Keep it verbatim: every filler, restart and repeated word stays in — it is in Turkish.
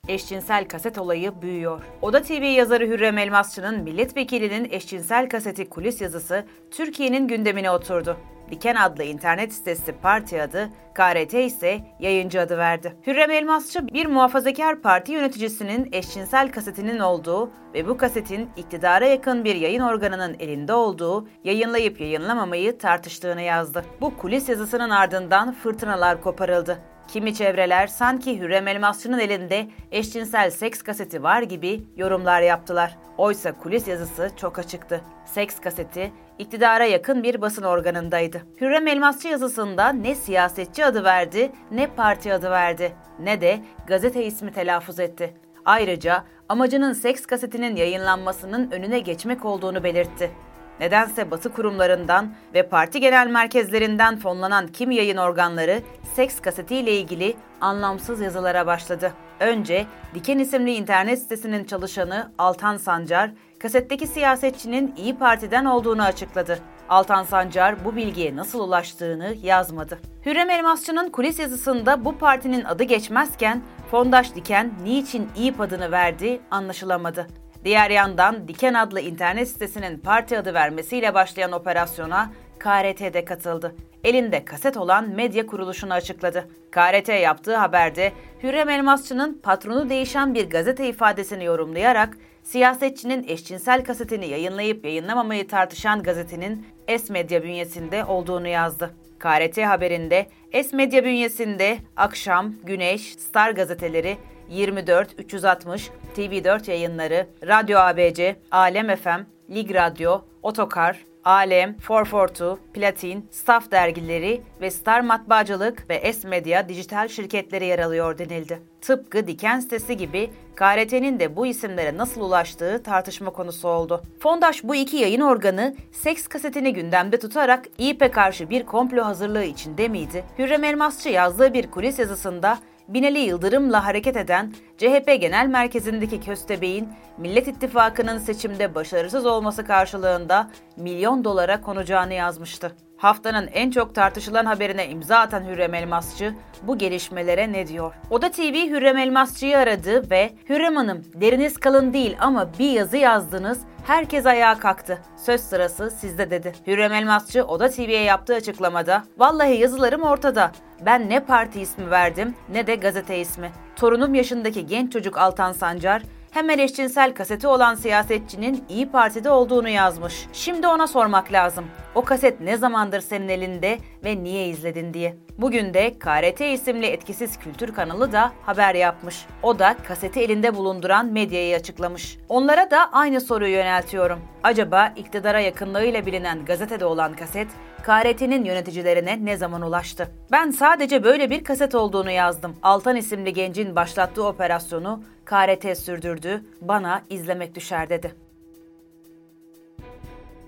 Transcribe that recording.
Eşcinsel kaset olayı büyüyor. Oda T V yazarı Hürrem Elmasçı'nın milletvekilinin eşcinsel kaseti kulis yazısı Türkiye'nin gündemine oturdu. Diken adlı internet sitesi parti adı, K R T ise yayıncı adı verdi. Hürrem Elmasçı bir muhafazakar parti yöneticisinin eşcinsel kasetinin olduğu ve bu kasetin iktidara yakın bir yayın organının elinde olduğu, yayınlayıp yayınlamamayı tartıştığını yazdı. Bu kulis yazısının ardından fırtınalar koparıldı. Kimi çevreler sanki Hürrem Elmasçı'nın elinde eşcinsel seks kaseti var gibi yorumlar yaptılar. Oysa kulis yazısı çok açıktı. Seks kaseti iktidara yakın bir basın organındaydı. Hürrem Elmasçı yazısında ne siyasetçi adı verdi, ne parti adı verdi, ne de gazete ismi telaffuz etti. Ayrıca amacının seks kasetinin yayınlanmasının önüne geçmek olduğunu belirtti. Nedense basın kurumlarından ve parti genel merkezlerinden fonlanan kimi yayın organları seks kasetiyle ilgili anlamsız yazılara başladı. Önce Diken isimli internet sitesinin çalışanı Altan Sancar, kasetteki siyasetçinin İyi Parti'den olduğunu açıkladı. Altan Sancar bu bilgiye nasıl ulaştığını yazmadı. Hürrem Elmasçı'nın kulis yazısında bu partinin adı geçmezken Fondaş Diken niçin İYİP adını verdi anlaşılamadı. Diğer yandan Diken adlı internet sitesinin parti adı vermesiyle başlayan operasyona K R T de katıldı. Elinde kaset olan medya kuruluşunu açıkladı. K R T yaptığı haberde Hürrem Elmasçı'nın patronu değişen bir gazete ifadesini yorumlayarak siyasetçinin eşcinsel kasetini yayınlayıp yayınlamamayı tartışan gazetenin S-Medya bünyesinde olduğunu yazdı. K R T haberinde S-Medya bünyesinde Akşam, Güneş, Star gazeteleri, yirmi dört, üç yüz altmış, T V dört yayınları, Radyo A B C, Alem F M, Lig Radyo, Otokar, Alem, dört yüz kırk iki, Platin, Staff dergileri ve Star Matbaacılık ve S-Medya dijital şirketleri yer alıyor denildi. Tıpkı Diken sitesi gibi K R T'nin de bu isimlere nasıl ulaştığı tartışma konusu oldu. Fondaş bu iki yayın organı seks kasetini gündemde tutarak İYİP'e karşı bir komplo hazırlığı içinde miydi? Hürrem Elmasçı yazdığı bir kulis yazısında Binali Yıldırım'la hareket eden C H P Genel Merkezi'ndeki köstebeğin Millet İttifakı'nın seçimde başarısız olması karşılığında milyon dolara konacağını yazmıştı. Haftanın en çok tartışılan haberine imza atan Hürrem Elmasçı bu gelişmelere ne diyor? Oda T V Hürrem Elmasçı'yı aradı ve "Hürrem Hanım, deriniz kalın değil ama bir yazı yazdınız, herkes ayağa kalktı. Söz sırası sizde" dedi. Hürrem Elmasçı Oda T V'ye yaptığı açıklamada "Vallahi yazılarım ortada. Ben ne parti ismi verdim ne de gazete ismi. Torunum yaşındaki genç çocuk Altan Sancar hemen eşcinsel kaseti olan siyasetçinin İyi Parti'de olduğunu yazmış. Şimdi ona sormak lazım. O kaset ne zamandır senin elinde ve niye izledin diye." Bugün de K R T isimli etkisiz kültür kanalı da haber yapmış. O da kaseti elinde bulunduran medyayı açıklamış. Onlara da aynı soruyu yöneltiyorum. Acaba iktidara yakınlığıyla bilinen gazetede olan kaset K R T'nin yöneticilerine ne zaman ulaştı? "Ben sadece böyle bir kaset olduğunu yazdım. Altan isimli gencin başlattığı operasyonu K R T sürdürdü. Bana izlemek düşer" dedi.